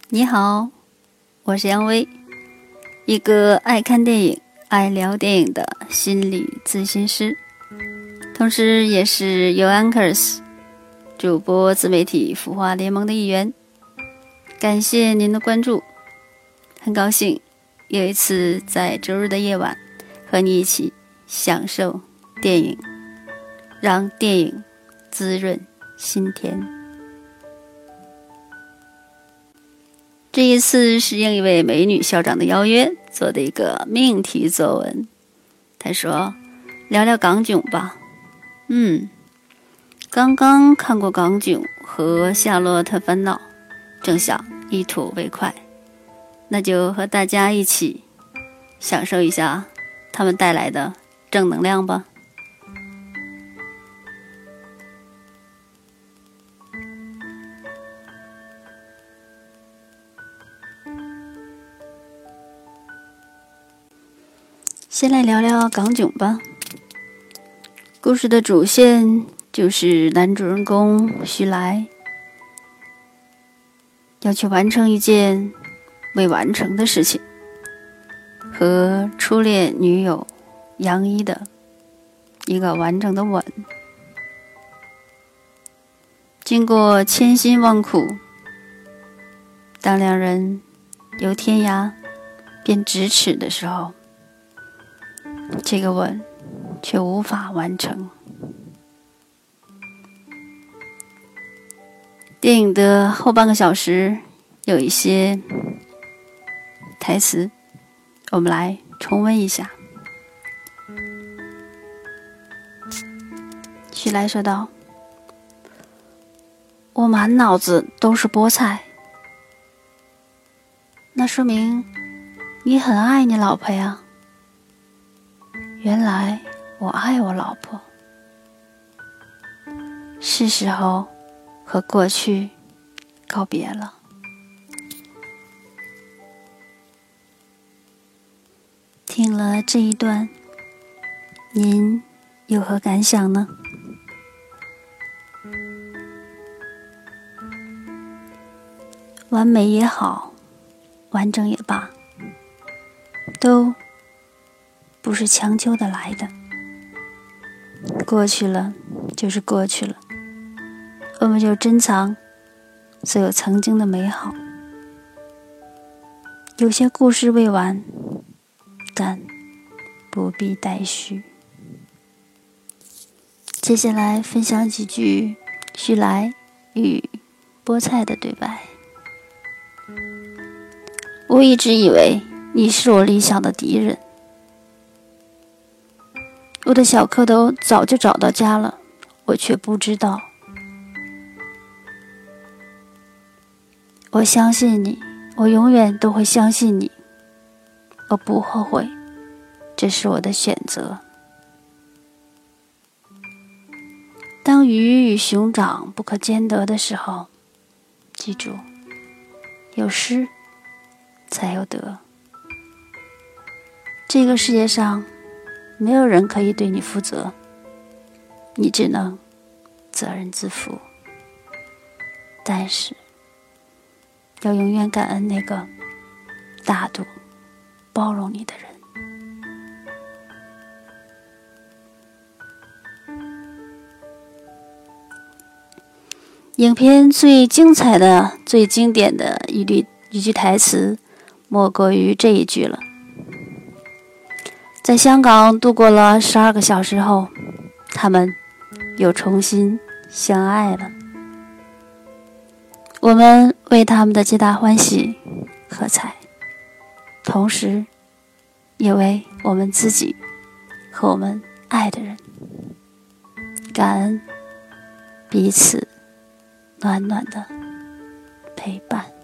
你好，我是杨威，一个爱看电影、爱聊电影的心理咨询师，同时也是 YouAnkers 主播自媒体孵化联盟的一员。感谢您的关注，很高兴又一次在周日的夜晚和你一起享受电影，让电影滋润心田。这一次是应一位美女校长的邀约做的一个命题作文。她说聊聊港囧吧。刚刚看过港囧和夏洛特烦恼，正想一吐为快，那就和大家一起享受一下他们带来的正能量吧。先来聊聊港囧吧。故事的主线就是男主人公徐来要去完成一件未完成的事情，和初恋女友杨一的一个完整的吻。经过千辛万苦，当两人由天涯变咫尺的时候，这个吻却无法完成。电影的后半个小时有一些台词，我们来重温一下。徐来说道：我满脑子都是菠菜。那说明你很爱你老婆呀。原来我爱我老婆，是时候和过去告别了。听了这一段，您有何感想呢？完美也好，完整也罢，都不是强求的来的，过去了就是过去了，我们就珍藏所有曾经的美好。有些故事未完，但不必待续。接下来分享几句徐来与菠菜的对白。我一直以为你是我理想的敌人，我的小蝌蚪早就找到家了，我却不知道。我相信你，我永远都会相信你，我不后悔，这是我的选择。当鱼与熊掌不可兼得的时候，记住，有失才有得。这个世界上没有人可以对你负责，你只能责任自负。但是要永远感恩那个大度包容你的人。影片最精彩的、最经典的一句台词，莫过于这一句了。在香港度过了12个小时后，他们又重新相爱了。我们为他们的皆大欢喜喝彩，同时也为我们自己和我们爱的人感恩彼此暖暖的陪伴。